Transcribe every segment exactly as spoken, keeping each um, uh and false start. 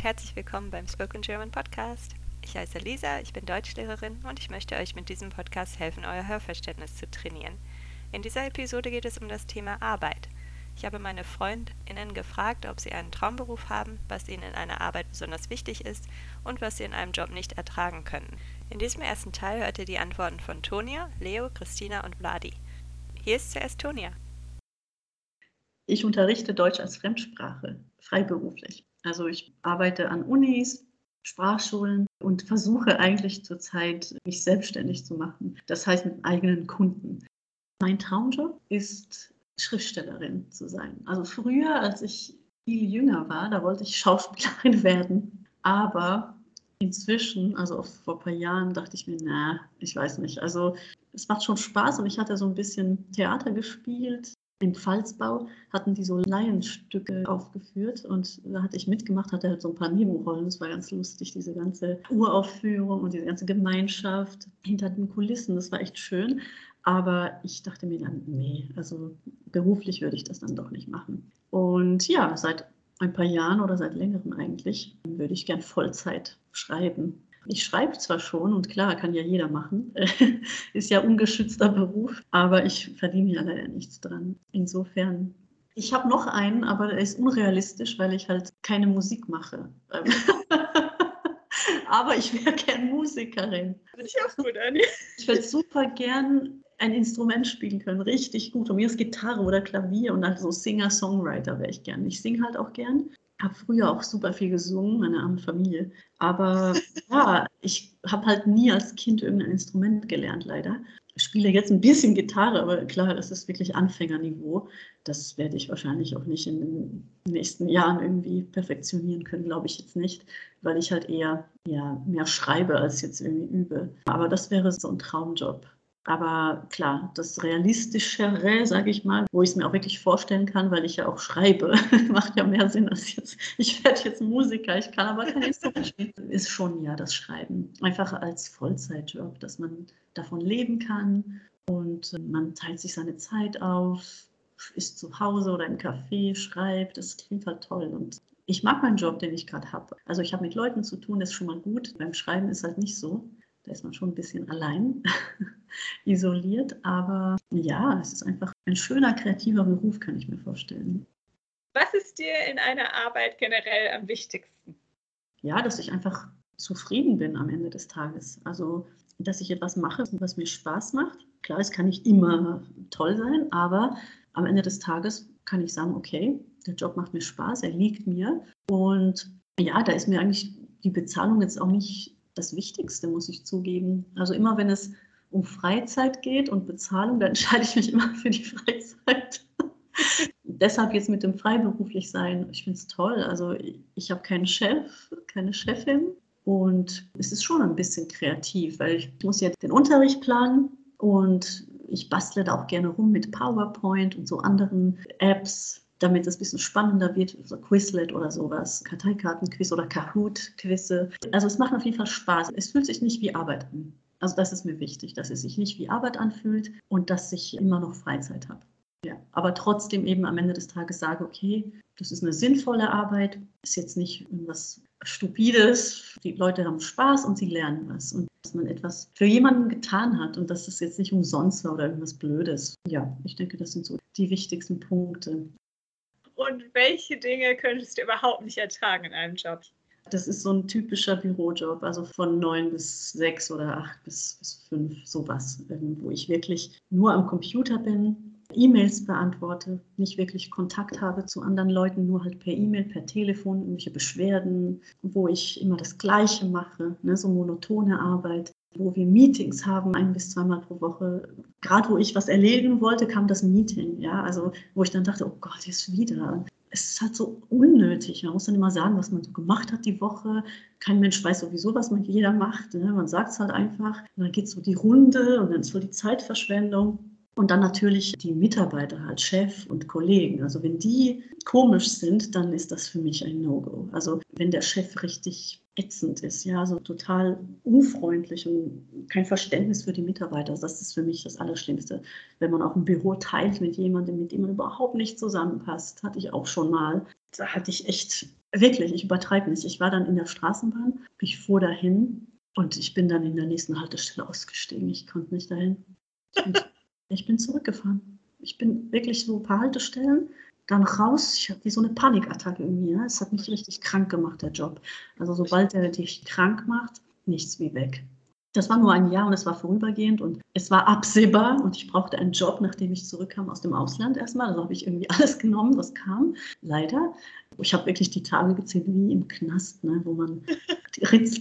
und herzlich willkommen beim Spoken German Podcast. Ich heiße Lisa, ich bin Deutschlehrerin und ich möchte euch mit diesem Podcast helfen, euer Hörverständnis zu trainieren. In dieser Episode geht es um das Thema Arbeit. Ich habe meine FreundInnen gefragt, ob sie einen Traumberuf haben, was ihnen in einer Arbeit besonders wichtig ist und was sie in einem Job nicht ertragen können. In diesem ersten Teil hört ihr die Antworten von Tonia, Leo, Christina und Vladi. Hier ist zuerst Tonia. Ich unterrichte Deutsch als Fremdsprache, freiberuflich. Also ich arbeite an Unis, Sprachschulen und versuche eigentlich zurzeit, mich selbstständig zu machen. Das heißt mit eigenen Kunden. Mein Traumjob ist, Schriftstellerin zu sein. Also früher, als ich viel jünger war, da wollte ich Schauspielerin werden. Aber inzwischen, also auch vor ein paar Jahren, dachte ich mir, na, ich weiß nicht. Also es macht schon Spaß und ich hatte so ein bisschen Theater gespielt. Im Pfalzbau hatten die so Laienstücke aufgeführt und da hatte ich mitgemacht, hatte halt so ein paar Nebenrollen. Das war ganz lustig, diese ganze Uraufführung und diese ganze Gemeinschaft hinter den Kulissen. Das war echt schön. Aber ich dachte mir dann, nee, also beruflich würde ich das dann doch nicht machen. Und ja, seit ein paar Jahren oder seit längerem eigentlich würde ich gern Vollzeit schreiben. Ich schreibe zwar schon und klar, kann ja jeder machen, ist ja ungeschützter Beruf, aber ich verdiene ja leider nichts dran. Insofern, ich habe noch einen, aber der ist unrealistisch, weil ich halt keine Musik mache. Aber ich wäre gern Musikerin. Finde ich auch gut an. Ich würde super gern ein Instrument spielen können, richtig gut. Und mir ist Gitarre oder Klavier und dann so Singer-Songwriter wäre ich gern. Ich singe halt auch gern. Habe früher auch super viel gesungen, meine arme Familie. Aber ja, ich habe halt nie als Kind irgendein Instrument gelernt, leider. Ich spiele jetzt ein bisschen Gitarre, aber klar, das ist wirklich Anfängerniveau. Das werde ich wahrscheinlich auch nicht in den nächsten Jahren irgendwie perfektionieren können, glaube ich jetzt nicht, weil ich halt eher ja, mehr schreibe als jetzt irgendwie übe. Aber das wäre so ein Traumjob. Aber klar, das Realistischere, sage ich mal, wo ich es mir auch wirklich vorstellen kann, weil ich ja auch schreibe, macht ja mehr Sinn als jetzt, ich werde jetzt Musiker, ich kann aber kein Instrument spielen, ist schon ja das Schreiben. Einfach als Vollzeitjob, dass man davon leben kann und man teilt sich seine Zeit auf, ist zu Hause oder im Café, schreibt, das klingt halt toll und ich mag meinen Job, den ich gerade habe. Also ich habe mit Leuten zu tun, das ist schon mal gut, beim Schreiben ist halt nicht so. Da ist man schon ein bisschen allein, isoliert. Aber ja, es ist einfach ein schöner, kreativer Beruf, kann ich mir vorstellen. Was ist dir in einer Arbeit generell am wichtigsten? Ja, dass ich einfach zufrieden bin am Ende des Tages. Also, dass ich etwas mache, was mir Spaß macht. Klar, es kann nicht immer toll sein, aber am Ende des Tages kann ich sagen, okay, der Job macht mir Spaß, er liegt mir. Und ja, da ist mir eigentlich die Bezahlung jetzt auch nicht das Wichtigste, muss ich zugeben. Also immer wenn es um Freizeit geht und Bezahlung, dann entscheide ich mich immer für die Freizeit. Deshalb jetzt mit dem freiberuflich sein, ich finde es toll. Also ich, ich habe keinen Chef, keine Chefin und es ist schon ein bisschen kreativ, weil ich muss ja den Unterricht planen und ich bastle da auch gerne rum mit PowerPoint und so anderen Apps, damit es ein bisschen spannender wird, so Quizlet oder sowas, Karteikartenquiz oder Kahoot-Quizze. Also es macht auf jeden Fall Spaß. Es fühlt sich nicht wie Arbeit an. Also das ist mir wichtig, dass es sich nicht wie Arbeit anfühlt und dass ich immer noch Freizeit habe. Ja, aber trotzdem eben am Ende des Tages sage, okay, das ist eine sinnvolle Arbeit, ist jetzt nicht irgendwas Stupides. Die Leute haben Spaß und sie lernen was. Und dass man etwas für jemanden getan hat und dass es jetzt nicht umsonst war oder irgendwas Blödes. Ja, ich denke, das sind so die wichtigsten Punkte. Und welche Dinge könntest du überhaupt nicht ertragen in einem Job? Das ist so ein typischer Bürojob, also von neun bis sechs oder acht bis, bis fünf, sowas, wo ich wirklich nur am Computer bin, E-Mails beantworte, nicht wirklich Kontakt habe zu anderen Leuten, nur halt per E-Mail, per Telefon, irgendwelche Beschwerden, wo ich immer das Gleiche mache, ne, so monotone Arbeit, wo wir Meetings haben, ein bis zweimal pro Woche. Gerade wo ich was erledigen wollte, kam das Meeting, ja, also wo ich dann dachte, oh Gott, jetzt wieder. Es ist halt so unnötig. Man muss dann immer sagen, was man so gemacht hat die Woche. Kein Mensch weiß sowieso, was man jeder macht. Ne? Man sagt es halt einfach. Und dann geht so die Runde und dann ist so die Zeitverschwendung. Und dann natürlich die Mitarbeiter, halt Chef und Kollegen. Also wenn die komisch sind, dann ist das für mich ein No-Go. Also wenn der Chef richtig ätzend ist, ja, so total unfreundlich und kein Verständnis für die Mitarbeiter. Also das ist für mich das Allerschlimmste. Wenn man auch ein Büro teilt mit jemandem, mit dem man überhaupt nicht zusammenpasst, hatte ich auch schon mal. Da hatte ich echt Wirklich, ich übertreibe nicht. Ich war dann in der Straßenbahn, ich fuhr dahin und ich bin dann in der nächsten Haltestelle ausgestiegen. Ich konnte nicht dahin. Und ich bin zurückgefahren. Ich bin wirklich so ein paar Haltestellen, dann raus. Ich hatte wie so eine Panikattacke irgendwie. Ja? Es hat mich richtig krank gemacht, der Job. Also sobald er dich krank macht, nichts wie weg. Das war nur ein Jahr und es war vorübergehend und es war absehbar und ich brauchte einen Job, nachdem ich zurückkam aus dem Ausland erstmal. Also habe ich irgendwie alles genommen, was kam. Leider. Ich habe wirklich die Tage gezählt wie im Knast, ne, wo man die Ritz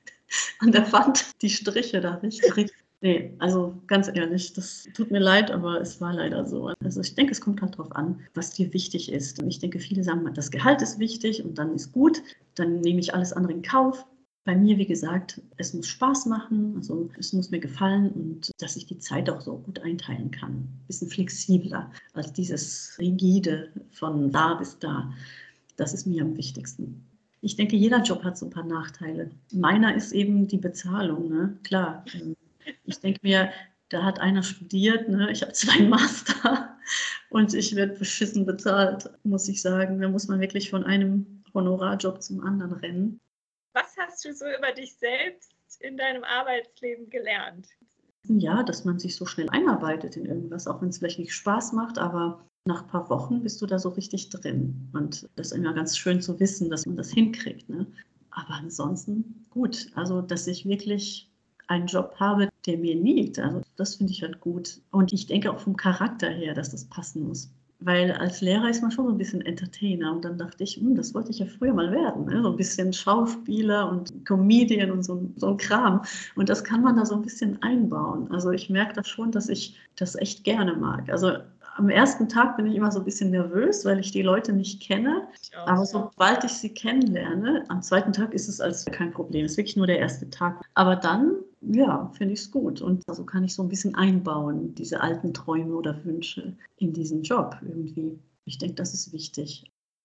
an der Wand, die Striche da richtig. Nee, also ganz ehrlich, das tut mir leid, aber es war leider so. Also ich denke, es kommt halt darauf an, was dir wichtig ist. Und ich denke, viele sagen, das Gehalt ist wichtig und dann ist gut, dann nehme ich alles andere in Kauf. Bei mir, wie gesagt, es muss Spaß machen, also es muss mir gefallen und dass ich die Zeit auch so gut einteilen kann. Ein bisschen flexibler als dieses rigide von da bis da. Das ist mir am wichtigsten. Ich denke, jeder Job hat so ein paar Nachteile. Meiner ist eben die Bezahlung, ne? Klar. Ich denke mir, da hat einer studiert, ne? Ich habe zwei Master und ich werde beschissen bezahlt, muss ich sagen. Da muss man wirklich von einem Honorarjob zum anderen rennen. Was hast du so über dich selbst in deinem Arbeitsleben gelernt? Ja, dass man sich so schnell einarbeitet in irgendwas, auch wenn es vielleicht nicht Spaß macht, aber nach ein paar Wochen bist du da so richtig drin. Und das ist immer ganz schön zu wissen, dass man das hinkriegt. Ne? Aber ansonsten gut, also dass ich wirklich einen Job habe, der mir liegt, also das finde ich halt gut. Und ich denke auch vom Charakter her, dass das passen muss. Weil als Lehrer ist man schon so ein bisschen Entertainer und dann dachte ich, hm, das wollte ich ja früher mal werden, ne? So ein bisschen Schauspieler und Comedian und so, so ein Kram. Und das kann man da so ein bisschen einbauen. Also ich merke das schon, dass ich das echt gerne mag. Also am ersten Tag bin ich immer so ein bisschen nervös, weil ich die Leute nicht kenne. Auch, Aber ja. sobald ich sie kennenlerne, am zweiten Tag ist es als kein Problem. Es ist wirklich nur der erste Tag. Aber dann, ja, finde ich es gut. Und so kann ich so ein bisschen einbauen, diese alten Träume oder Wünsche in diesen Job irgendwie. Ich denke, das ist wichtig.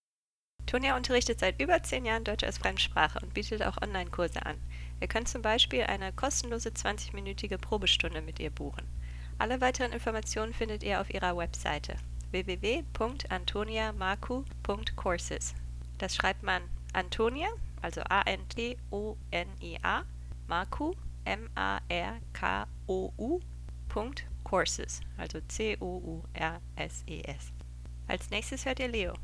Tonja unterrichtet seit über zehn Jahren Deutsch als Fremdsprache und bietet auch Online-Kurse an. Ihr könnt zum Beispiel eine kostenlose zwanzig-minütige Probestunde mit ihr buchen. Alle weiteren Informationen findet ihr auf ihrer Webseite w w w punkt antonia marku punkt courses. Das schreibt man Antonia, also A N T O N I A, Marku, M A R K O U, Punkt Courses, also C O U R S E S. Als nächstes hört ihr Leo.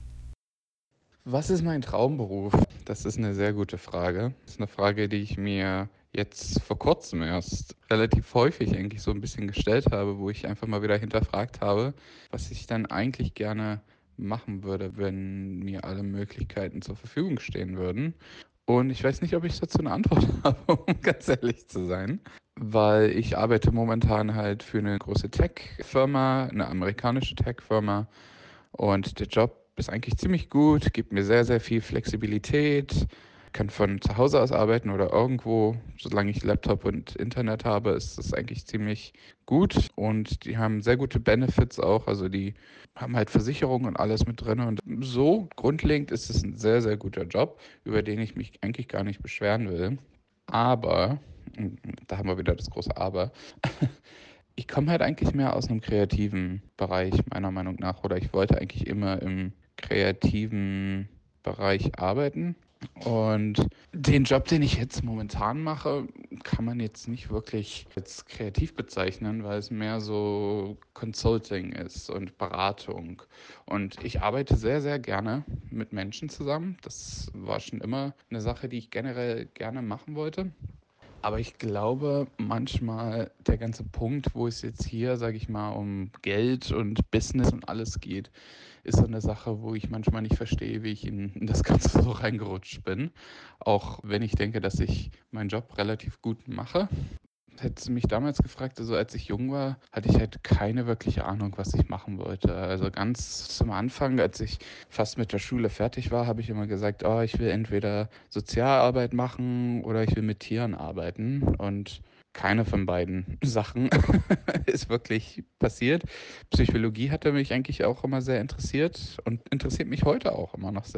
Was ist mein Traumberuf? Das ist eine sehr gute Frage. Das ist eine Frage, die ich mir jetzt vor kurzem erst relativ häufig eigentlich so ein bisschen gestellt habe, wo ich einfach mal wieder hinterfragt habe, was ich dann eigentlich gerne machen würde, wenn mir alle Möglichkeiten zur Verfügung stehen würden. Und ich weiß nicht, ob ich dazu eine Antwort habe, um ganz ehrlich zu sein, weil ich arbeite momentan halt für eine große Tech-Firma, eine amerikanische Tech-Firma und der Job ist eigentlich ziemlich gut, gibt mir sehr, sehr viel Flexibilität, kann von zu Hause aus arbeiten oder irgendwo, solange ich Laptop und Internet habe, ist das eigentlich ziemlich gut und die haben sehr gute Benefits auch, also die haben halt Versicherungen und alles mit drin und so grundlegend ist es ein sehr, sehr guter Job, über den ich mich eigentlich gar nicht beschweren will, aber, da haben wir wieder das große Aber, ich komme halt eigentlich mehr aus einem kreativen Bereich, meiner Meinung nach, oder ich wollte eigentlich immer im kreativen Bereich arbeiten. Und den Job, den ich jetzt momentan mache, kann man jetzt nicht wirklich als kreativ bezeichnen, weil es mehr so Consulting ist und Beratung. Und ich arbeite sehr, sehr gerne mit Menschen zusammen. Das war schon immer eine Sache, die ich generell gerne machen wollte. Aber ich glaube, manchmal der ganze Punkt, wo es jetzt hier, sage ich mal, um Geld und Business und alles geht, ist so eine Sache, wo ich manchmal nicht verstehe, wie ich in, in das Ganze so reingerutscht bin. Auch wenn ich denke, dass ich meinen Job relativ gut mache. Hättest du mich damals gefragt, also als ich jung war, hatte ich halt keine wirkliche Ahnung, was ich machen wollte. Also ganz zum Anfang, als ich fast mit der Schule fertig war, habe ich immer gesagt, oh, ich will entweder Sozialarbeit machen oder ich will mit Tieren arbeiten. Und keine von beiden Sachen ist wirklich passiert. Psychologie hatte mich eigentlich auch immer sehr interessiert und interessiert mich heute auch immer noch sehr.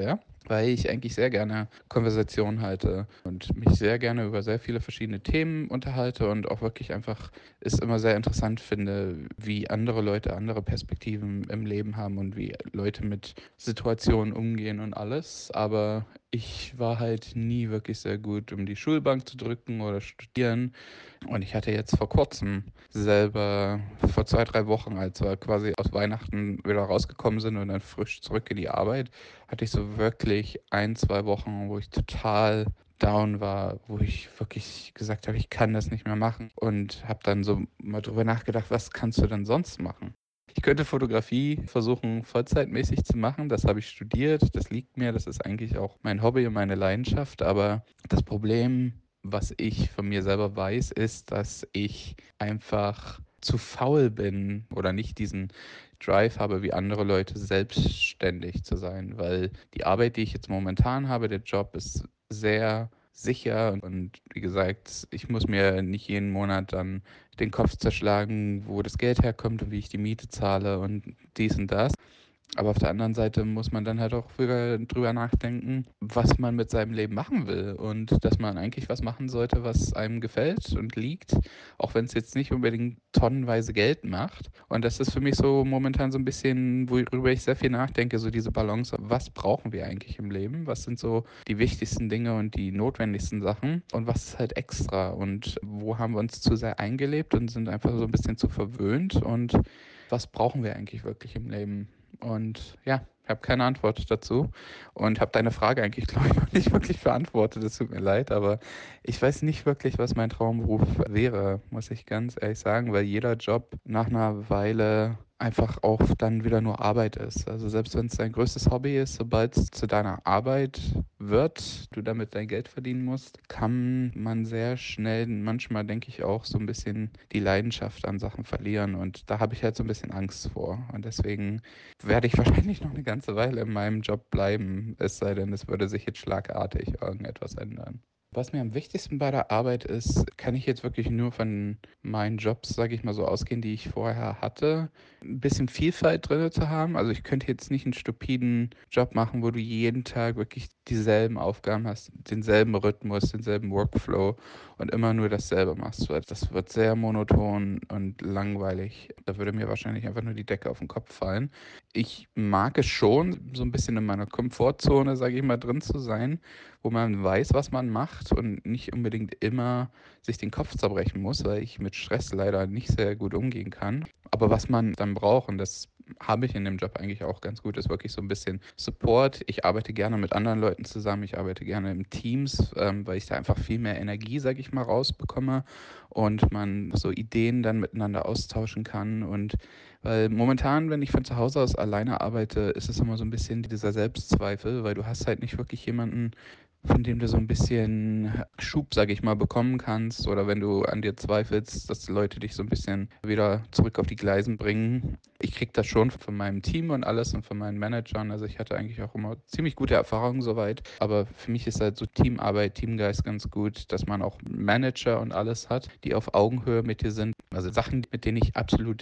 weil ich eigentlich sehr gerne Konversationen halte und mich sehr gerne über sehr viele verschiedene Themen unterhalte und auch wirklich einfach es immer sehr interessant finde, wie andere Leute andere Perspektiven im Leben haben und wie Leute mit Situationen umgehen und alles. Aber ich war halt nie wirklich sehr gut, um die Schulbank zu drücken oder studieren. Und ich hatte jetzt vor kurzem selber, vor zwei, drei Wochen, als wir quasi aus Weihnachten wieder rausgekommen sind und dann frisch zurück in die Arbeit, hatte ich so wirklich ein, zwei Wochen, wo ich total down war, wo ich wirklich gesagt habe, ich kann das nicht mehr machen und habe dann so mal drüber nachgedacht, was kannst du denn sonst machen? Ich könnte Fotografie versuchen, vollzeitmäßig zu machen. Das habe ich studiert, das liegt mir, das ist eigentlich auch mein Hobby und meine Leidenschaft. Aber das Problem, was ich von mir selber weiß, ist, dass ich einfach zu faul bin oder nicht diesen Drive habe, wie andere Leute, selbstständig zu sein. Weil die Arbeit, die ich jetzt momentan habe, der Job ist sehr sicher und wie gesagt, ich muss mir nicht jeden Monat dann den Kopf zerschlagen, wo das Geld herkommt und wie ich die Miete zahle und dies und das. Aber auf der anderen Seite muss man dann halt auch wieder drüber nachdenken, was man mit seinem Leben machen will und dass man eigentlich was machen sollte, was einem gefällt und liegt, auch wenn es jetzt nicht unbedingt tonnenweise Geld macht. Und das ist für mich so momentan so ein bisschen, worüber ich sehr viel nachdenke, so diese Balance, was brauchen wir eigentlich im Leben? Was sind so die wichtigsten Dinge und die notwendigsten Sachen? Und was ist halt extra? Und wo haben wir uns zu sehr eingelebt und sind einfach so ein bisschen zu verwöhnt? Und was brauchen wir eigentlich wirklich im Leben? Und ja, ich habe keine Antwort dazu und habe deine Frage eigentlich, glaube ich, noch nicht wirklich beantwortet. Es tut mir leid, aber ich weiß nicht wirklich, was mein Traumberuf wäre, muss ich ganz ehrlich sagen, weil jeder Job nach einer Weile einfach auch dann wieder nur Arbeit ist. Also selbst wenn es dein größtes Hobby ist, sobald es zu deiner Arbeit wird, du damit dein Geld verdienen musst, kann man sehr schnell, manchmal denke ich auch, so ein bisschen die Leidenschaft an Sachen verlieren. Und da habe ich halt so ein bisschen Angst vor. Und deswegen werde ich wahrscheinlich noch eine ganze Weile in meinem Job bleiben, es sei denn, es würde sich jetzt schlagartig irgendetwas ändern. Was mir am wichtigsten bei der Arbeit ist, kann ich jetzt wirklich nur von meinen Jobs, sage ich mal so, ausgehen, die ich vorher hatte. Ein bisschen Vielfalt drin zu haben. Also ich könnte jetzt nicht einen stupiden Job machen, wo du jeden Tag wirklich dieselben Aufgaben hast, denselben Rhythmus, denselben Workflow und immer nur dasselbe machst. Weil das wird sehr monoton und langweilig. Da würde mir wahrscheinlich einfach nur die Decke auf den Kopf fallen. Ich mag es schon, so ein bisschen in meiner Komfortzone, sage ich mal, drin zu sein, wo man weiß, was man macht und nicht unbedingt immer sich den Kopf zerbrechen muss, weil ich mit Stress leider nicht sehr gut umgehen kann. Aber was man dann braucht, und das habe ich in dem Job eigentlich auch ganz gut, ist wirklich so ein bisschen Support. Ich arbeite gerne mit anderen Leuten zusammen, ich arbeite gerne in Teams, ähm, weil ich da einfach viel mehr Energie, sage ich mal, rausbekomme und man so Ideen dann miteinander austauschen kann. Und weil momentan, wenn ich von zu Hause aus alleine arbeite, ist es immer so ein bisschen dieser Selbstzweifel, weil du hast halt nicht wirklich jemanden, von dem du so ein bisschen Schub, sage ich mal, bekommen kannst oder wenn du an dir zweifelst, dass die Leute dich so ein bisschen wieder zurück auf die Gleisen bringen. Ich kriege das schon von meinem Team und alles und von meinen Managern. Also ich hatte eigentlich auch immer ziemlich gute Erfahrungen soweit. Aber für mich ist halt so Teamarbeit, Teamgeist ganz gut, dass man auch Manager und alles hat, die auf Augenhöhe mit dir sind. Also Sachen, mit denen ich absolut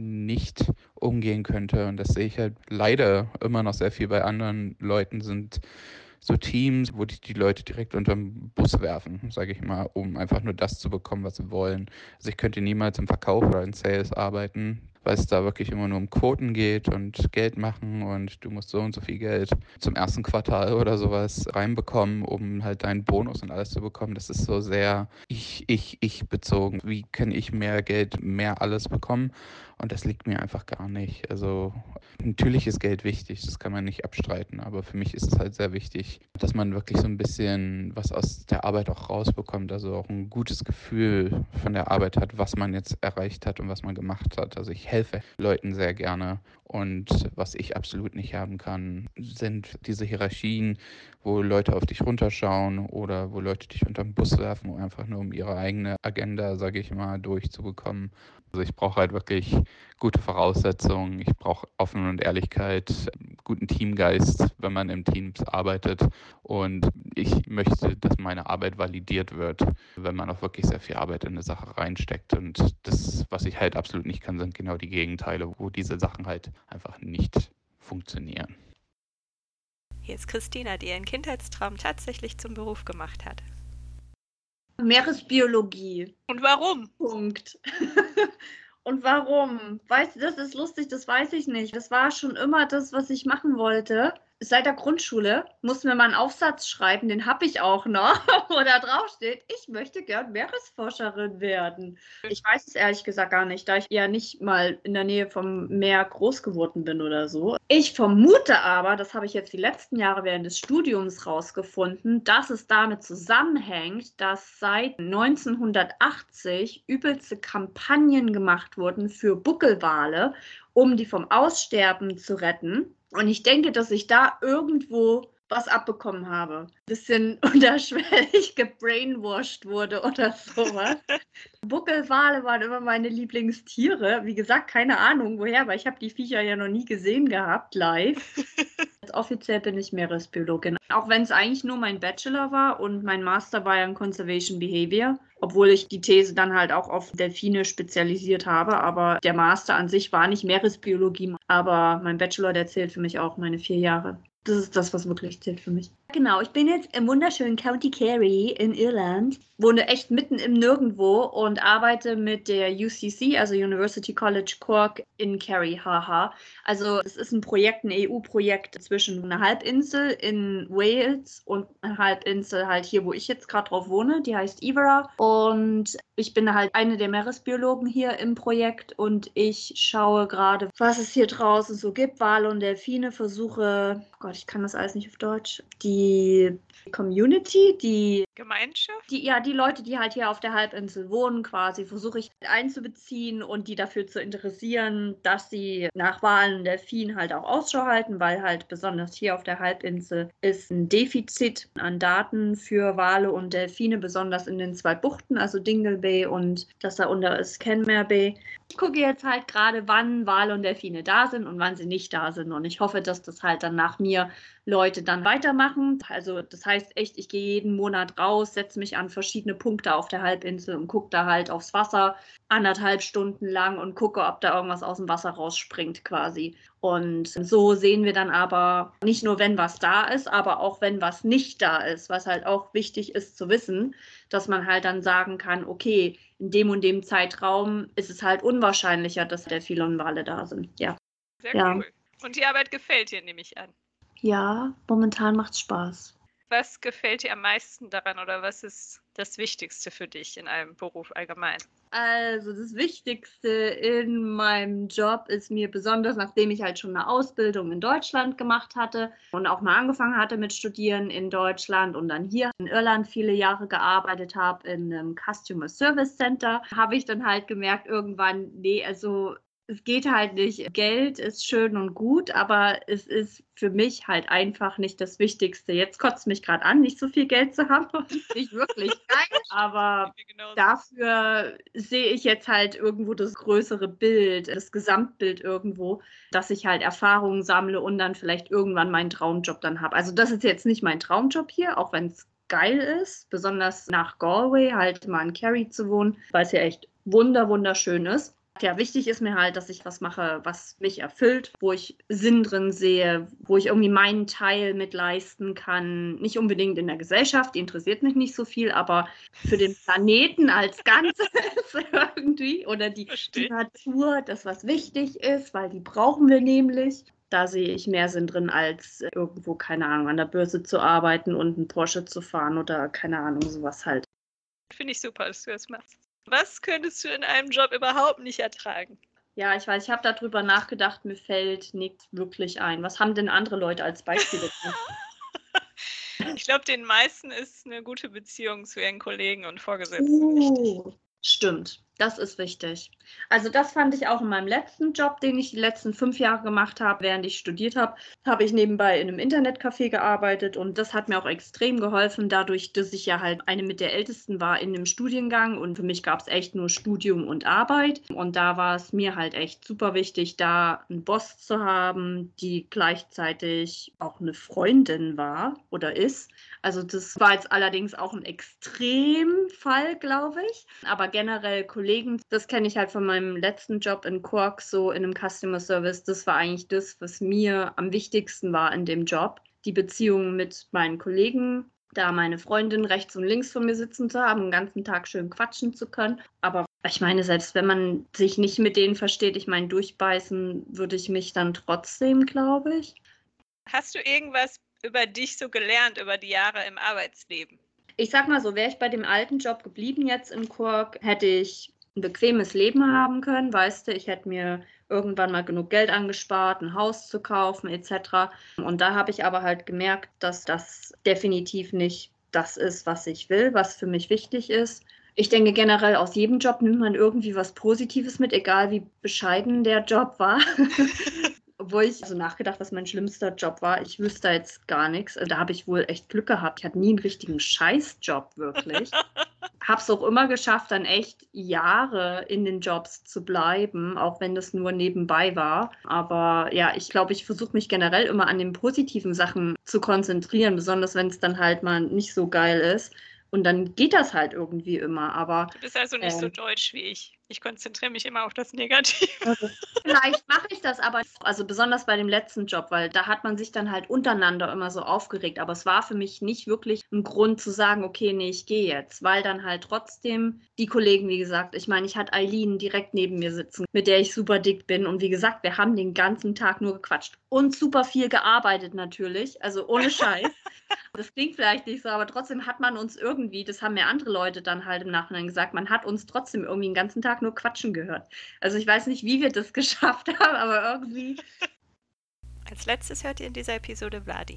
nicht umgehen könnte. Und das sehe ich halt leider immer noch sehr viel bei anderen Leuten sind so Teams, wo die, die Leute direkt unterm Bus werfen, sage ich mal, um einfach nur das zu bekommen, was sie wollen. Also ich könnte niemals im Verkauf oder in Sales arbeiten, weil es da wirklich immer nur um Quoten geht und Geld machen und du musst so und so viel Geld zum ersten Quartal oder sowas reinbekommen, um halt deinen Bonus und alles zu bekommen. Das ist so sehr ich, ich, ich bezogen. Wie kann ich mehr Geld, mehr alles bekommen? Und das liegt mir einfach gar nicht. Also natürlich ist Geld wichtig, das kann man nicht abstreiten, aber für mich ist es halt sehr wichtig, dass man wirklich so ein bisschen was aus der Arbeit auch rausbekommt, also auch ein gutes Gefühl von der Arbeit hat, was man jetzt erreicht hat und was man gemacht hat. Also ich helfe Leuten sehr gerne und was ich absolut nicht haben kann, sind diese Hierarchien, wo Leute auf dich runterschauen oder wo Leute dich unterm Bus werfen, einfach nur um ihre eigene Agenda, sage ich mal, durchzubekommen. Also ich brauche halt wirklich gute Voraussetzungen, ich brauche Offenheit und Ehrlichkeit, guten Teamgeist, wenn man im Teams arbeitet und ich möchte, dass meine Arbeit validiert wird, wenn man auch wirklich sehr viel Arbeit in eine Sache reinsteckt und das, was ich halt absolut nicht kann, sind genau die Gegenteile, wo diese Sachen halt einfach nicht funktionieren. Hier ist Christina, die ihren Kindheitstraum tatsächlich zum Beruf gemacht hat. Meeresbiologie. Und warum? Punkt. Und warum? Weißt du, das ist lustig, das weiß ich nicht. Das war schon immer das, was ich machen wollte. Seit der Grundschule mussten wir mal einen Aufsatz schreiben, den habe ich auch noch, wo da drauf steht, ich möchte gern Meeresforscherin werden. Ich weiß es ehrlich gesagt gar nicht, da ich ja nicht mal in der Nähe vom Meer groß geworden bin oder so. Ich vermute aber, das habe ich jetzt die letzten Jahre während des Studiums rausgefunden, dass es damit zusammenhängt, dass seit neunzehnhundertachtzig übelste Kampagnen gemacht wurden für Buckelwale, um die vom Aussterben zu retten. Und ich denke, dass ich da irgendwo was abbekommen habe. Ein bisschen unterschwellig gebrainwashed wurde oder sowas. Buckelwale waren immer meine Lieblingstiere. Wie gesagt, keine Ahnung woher, weil ich habe die Viecher ja noch nie gesehen gehabt, live. Jetzt offiziell bin ich Meeresbiologin. Auch wenn es eigentlich nur mein Bachelor war und mein Master war ja in Conservation Behavior. Obwohl ich die These dann halt auch auf Delfine spezialisiert habe. Aber der Master an sich war nicht Meeresbiologie. Aber mein Bachelor, der zählt für mich auch meine vier Jahre. Das ist das, was wirklich zählt für mich. Genau, ich bin jetzt im wunderschönen County Kerry in Irland, wohne echt mitten im Nirgendwo und arbeite mit der U C C, also University College Cork in Kerry, haha. Also es ist ein Projekt, ein E U-Projekt zwischen einer Halbinsel in Wales und einer Halbinsel halt hier, wo ich jetzt gerade drauf wohne, die heißt Iveragh. Und ich bin halt eine der Meeresbiologen hier im Projekt und ich schaue gerade, was es hier draußen so gibt. Wale und Delfine, versuche, oh Gott, ich kann das alles nicht auf Deutsch, die Community, die Gemeinschaft? Die, ja, die Leute, die halt hier auf der Halbinsel wohnen, quasi, versuche ich einzubeziehen und die dafür zu interessieren, dass sie nach Walen und Delfinen halt auch Ausschau halten, weil halt besonders hier auf der Halbinsel ist ein Defizit an Daten für Wale und Delfine, besonders in den zwei Buchten, also Dingle Bay und das da unter ist Kenmare Bay. Ich gucke jetzt halt gerade, wann Wale und Delfine da sind und wann sie nicht da sind und ich hoffe, dass das halt dann nach mir Leute dann weitermachen. Also das heißt echt, ich gehe jeden Monat raus, setze mich an verschiedene Punkte auf der Halbinsel und gucke da halt aufs Wasser anderthalb Stunden lang und gucke, ob da irgendwas aus dem Wasser rausspringt quasi. Und so sehen wir dann aber nicht nur, wenn was da ist, aber auch wenn was nicht da ist, was halt auch wichtig ist zu wissen, dass man halt dann sagen kann, okay, in dem und dem Zeitraum ist es halt unwahrscheinlicher, dass Delfine und Wale da sind. Ja. Sehr Ja. cool. Und die Arbeit gefällt dir, nehme ich an. Ja, momentan macht's Spaß. Was gefällt dir am meisten daran oder was ist das Wichtigste für dich in einem Beruf allgemein? Also das Wichtigste in meinem Job ist mir besonders, nachdem ich halt schon eine Ausbildung in Deutschland gemacht hatte und auch mal angefangen hatte mit Studieren in Deutschland und dann hier in Irland viele Jahre gearbeitet habe in einem Customer Service Center, habe ich dann halt gemerkt irgendwann, nee, also es geht halt nicht. Geld ist schön und gut, aber es ist für mich halt einfach nicht das Wichtigste. Jetzt kotzt mich gerade an, nicht so viel Geld zu haben. Das ist nicht wirklich geil. Aber dafür sehe ich jetzt halt irgendwo das größere Bild, das Gesamtbild irgendwo, dass ich halt Erfahrungen sammle und dann vielleicht irgendwann meinen Traumjob dann habe. Also das ist jetzt nicht mein Traumjob hier, auch wenn es geil ist, besonders nach Galway halt mal in Kerry zu wohnen, weil es ja echt wunder wunderschön ist. Ja, wichtig ist mir halt, dass ich was mache, was mich erfüllt, wo ich Sinn drin sehe, wo ich irgendwie meinen Teil mit leisten kann. Nicht unbedingt in der Gesellschaft, die interessiert mich nicht so viel, aber für den Planeten als Ganzes irgendwie oder die, die Natur, das was wichtig ist, weil die brauchen wir nämlich. Da sehe ich mehr Sinn drin, als irgendwo, keine Ahnung, an der Börse zu arbeiten und einen Porsche zu fahren oder keine Ahnung, sowas halt. Finde ich super, dass du das machst. Was könntest du in einem Job überhaupt nicht ertragen? Ja, ich weiß, ich habe darüber nachgedacht, mir fällt nichts wirklich ein. Was haben denn andere Leute als Beispiele? Ich glaube, den meisten ist eine gute Beziehung zu ihren Kollegen und Vorgesetzten uh, wichtig. Stimmt, das ist wichtig. Also das fand ich auch in meinem letzten Job, den ich die letzten fünf Jahre gemacht habe, während ich studiert habe, habe ich nebenbei in einem Internetcafé gearbeitet und das hat mir auch extrem geholfen, dadurch, dass ich ja halt eine mit der Ältesten war in dem Studiengang und für mich gab es echt nur Studium und Arbeit und da war es mir halt echt super wichtig, da einen Boss zu haben, die gleichzeitig auch eine Freundin war oder ist. Also das war jetzt allerdings auch ein Extremfall, glaube ich, aber generell Kollegen, das kenne ich halt von meinem letzten Job in Cork, so in einem Customer Service, das war eigentlich das, was mir am wichtigsten war in dem Job, die Beziehung mit meinen Kollegen, da meine Freundin rechts und links von mir sitzen zu haben, den ganzen Tag schön quatschen zu können. Aber ich meine, selbst wenn man sich nicht mit denen versteht, ich meine, durchbeißen würde ich mich dann trotzdem, glaube ich. Hast du irgendwas über dich so gelernt, über die Jahre im Arbeitsleben? Ich sag mal so, wäre ich bei dem alten Job geblieben jetzt in Cork, hätte ich ein bequemes Leben haben können, weißt du, ich hätte mir irgendwann mal genug Geld angespart, ein Haus zu kaufen et cetera. Und da habe ich aber halt gemerkt, dass das definitiv nicht das ist, was ich will, was für mich wichtig ist. Ich denke generell, aus jedem Job nimmt man irgendwie was Positives mit, egal wie bescheiden der Job war. Obwohl ich so nachgedacht, was mein schlimmster Job war. Ich wüsste jetzt gar nichts. Da habe ich wohl echt Glück gehabt. Ich hatte nie einen richtigen Scheißjob, wirklich. Habe es auch immer geschafft, dann echt Jahre in den Jobs zu bleiben, auch wenn das nur nebenbei war. Aber ja, ich glaube, ich versuche mich generell immer an den positiven Sachen zu konzentrieren, besonders wenn es dann halt mal nicht so geil ist. Und dann geht das halt irgendwie immer. Aber Du bist also nicht so ähm, deutsch wie ich. Ich konzentriere mich immer auf das Negative. Also, vielleicht mache ich das aber, also besonders bei dem letzten Job, weil da hat man sich dann halt untereinander immer so aufgeregt. Aber es war für mich nicht wirklich ein Grund zu sagen, okay, nee, ich gehe jetzt, weil dann halt trotzdem die Kollegen, wie gesagt, ich meine, ich hatte Eileen direkt neben mir sitzen, mit der ich super dick bin. Und wie gesagt, wir haben den ganzen Tag nur gequatscht und super viel gearbeitet natürlich, also ohne Scheiß. Das klingt vielleicht nicht so, aber trotzdem hat man uns irgendwie, das haben mir andere Leute dann halt im Nachhinein gesagt, man hat uns trotzdem irgendwie den ganzen Tag nur quatschen gehört. Also ich weiß nicht, wie wir das geschafft haben, aber irgendwie. Als letztes hört ihr in dieser Episode Vladi.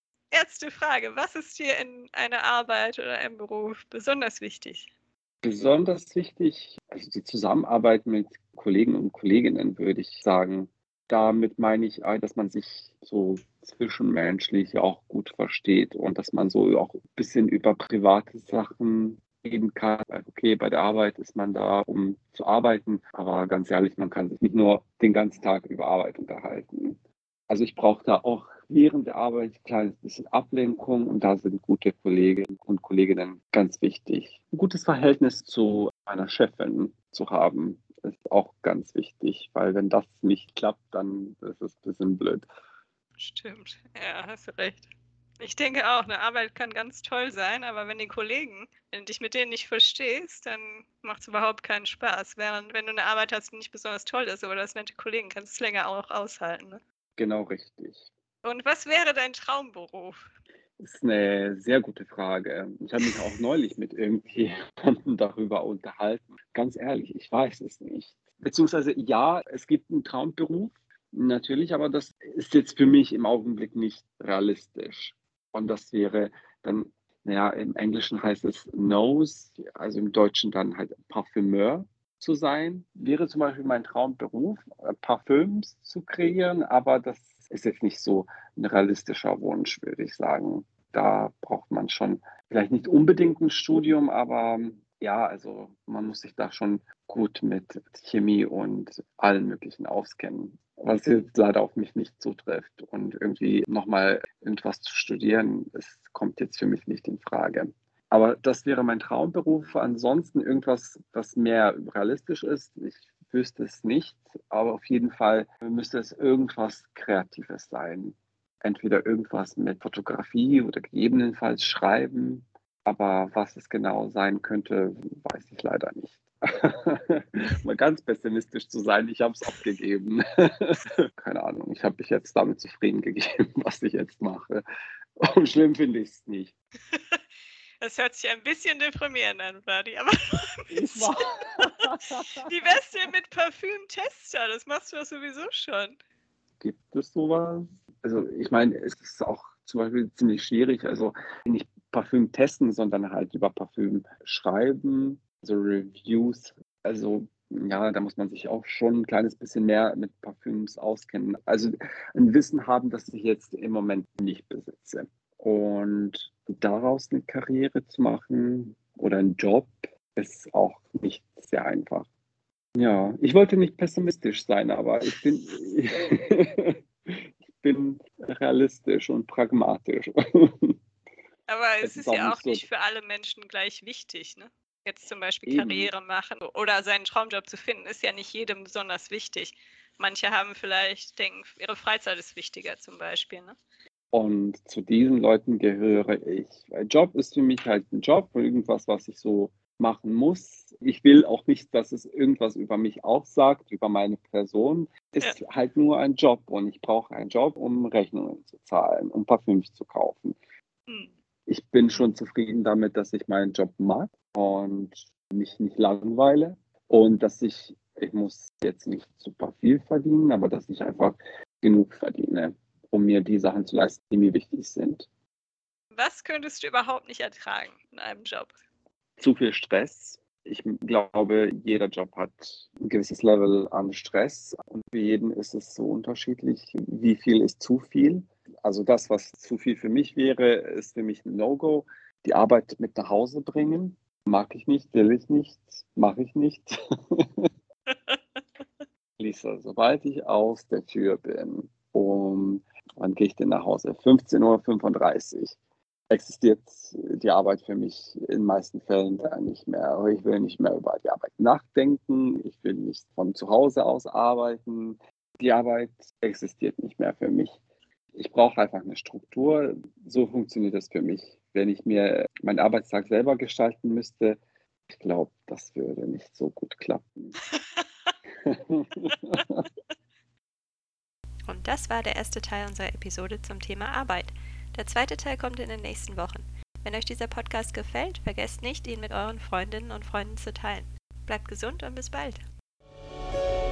Erste Frage, was ist dir in einer Arbeit oder einem Beruf besonders wichtig? Besonders wichtig, also die Zusammenarbeit mit Kollegen und Kolleginnen, würde ich sagen. Damit meine ich, äh, dass man sich so zwischenmenschlich auch gut versteht und dass man so auch ein bisschen über private Sachen reden kann. Okay, bei der Arbeit ist man da, um zu arbeiten, aber ganz ehrlich, man kann sich nicht nur den ganzen Tag über Arbeit unterhalten. Also ich brauche da auch während der Arbeit ein kleines bisschen Ablenkung und da sind gute Kolleginnen und Kolleginnen ganz wichtig. Ein gutes Verhältnis zu einer Chefin zu haben, ist auch ganz wichtig, weil wenn das nicht klappt, dann ist es ein bisschen blöd. Stimmt, ja, hast du recht. Ich denke auch, eine Arbeit kann ganz toll sein, aber wenn die Kollegen, wenn du dich mit denen nicht verstehst, dann macht es überhaupt keinen Spaß. Während wenn du eine Arbeit hast, die nicht besonders toll ist, aber das nette Kollegen, kannst du es länger auch aushalten. Ne? Genau richtig. Und was wäre dein Traumberuf? Das ist eine sehr gute Frage. Ich habe mich auch neulich mit irgendjemandem darüber unterhalten. Ganz ehrlich, ich weiß es nicht. Beziehungsweise ja, es gibt einen Traumberuf, natürlich, aber das ist jetzt für mich im Augenblick nicht realistisch. Und das wäre dann, naja, im Englischen heißt es Nose, also im Deutschen dann halt Parfümeur zu sein. Wäre zum Beispiel mein Traumberuf, äh, Parfüms zu kreieren, aber das ist jetzt nicht so ein realistischer Wunsch, würde ich sagen. Da braucht man schon vielleicht nicht unbedingt ein Studium, aber ja, also man muss sich da schon gut mit Chemie und allen möglichen auskennen. Was jetzt leider auf mich nicht zutrifft. Und irgendwie nochmal irgendwas zu studieren, das kommt jetzt für mich nicht in Frage. Aber das wäre mein Traumberuf. Ansonsten irgendwas, was mehr realistisch ist. Ich wüsste es nicht, aber auf jeden Fall müsste es irgendwas Kreatives sein. Entweder irgendwas mit Fotografie oder gegebenenfalls Schreiben. Aber was es genau sein könnte, weiß ich leider nicht. Mal ganz pessimistisch zu sein, ich habe es abgegeben. Keine Ahnung, ich habe mich jetzt damit zufrieden gegeben, was ich jetzt mache. Und schlimm finde ich es nicht. Das hört sich ein bisschen deprimierend an, Vladi, aber ich war... Wie wär's denn mit Parfümtester? Das machst du doch sowieso schon. Gibt es sowas? Also ich meine, es ist auch zum Beispiel ziemlich schwierig, also nicht Parfüm testen, sondern halt über Parfüm schreiben, also Reviews. Also ja, da muss man sich auch schon ein kleines bisschen mehr mit Parfüms auskennen. Also ein Wissen haben, das ich jetzt im Moment nicht besitze. Und daraus eine Karriere zu machen oder einen Job ist auch nicht sehr einfach. Ja, ich wollte nicht pessimistisch sein, aber ich bin, ich bin realistisch und pragmatisch. Aber es, Es ist ist auch ja nicht auch so- nicht für alle Menschen gleich wichtig, ne? Jetzt zum Beispiel Eben. Karriere machen oder seinen Traumjob zu finden, ist ja nicht jedem besonders wichtig. Manche haben vielleicht, denken, ihre Freizeit ist wichtiger zum Beispiel, ne? Und zu diesen Leuten gehöre ich. Weil Job ist für mich halt ein Job, irgendwas, was ich so machen muss. Ich will auch nicht, dass es irgendwas über mich aussagt, über meine Person. Es ist halt nur ein Job und ich brauche einen Job, um Rechnungen zu zahlen, um Parfüms zu kaufen. Hm. Ich bin schon zufrieden damit, dass ich meinen Job mag und mich nicht langweile und dass ich, ich muss jetzt nicht super viel verdienen, aber dass ich einfach genug verdiene, um mir die Sachen zu leisten, die mir wichtig sind. Was könntest du überhaupt nicht ertragen in einem Job? Zu viel Stress. Ich glaube, jeder Job hat ein gewisses Level an Stress und für jeden ist es so unterschiedlich, wie viel ist zu viel. Also das, was zu viel für mich wäre, ist für mich ein No-Go. Die Arbeit mit nach Hause bringen, mag ich nicht, will ich nicht, mache ich nicht. Lisa, sobald ich aus der Tür bin, um, wann gehe ich denn nach Hause? fünfzehn Uhr fünfunddreißig. Existiert die Arbeit für mich in den meisten Fällen gar nicht mehr. Aber ich will nicht mehr über die Arbeit nachdenken. Ich will nicht von zu Hause aus arbeiten. Die Arbeit existiert nicht mehr für mich. Ich brauche einfach eine Struktur. So funktioniert es für mich. Wenn ich mir meinen Arbeitstag selber gestalten müsste, ich glaube, das würde nicht so gut klappen. Und das war der erste Teil unserer Episode zum Thema Arbeit. Der zweite Teil kommt in den nächsten Wochen. Wenn euch dieser Podcast gefällt, vergesst nicht, ihn mit euren Freundinnen und Freunden zu teilen. Bleibt gesund und bis bald.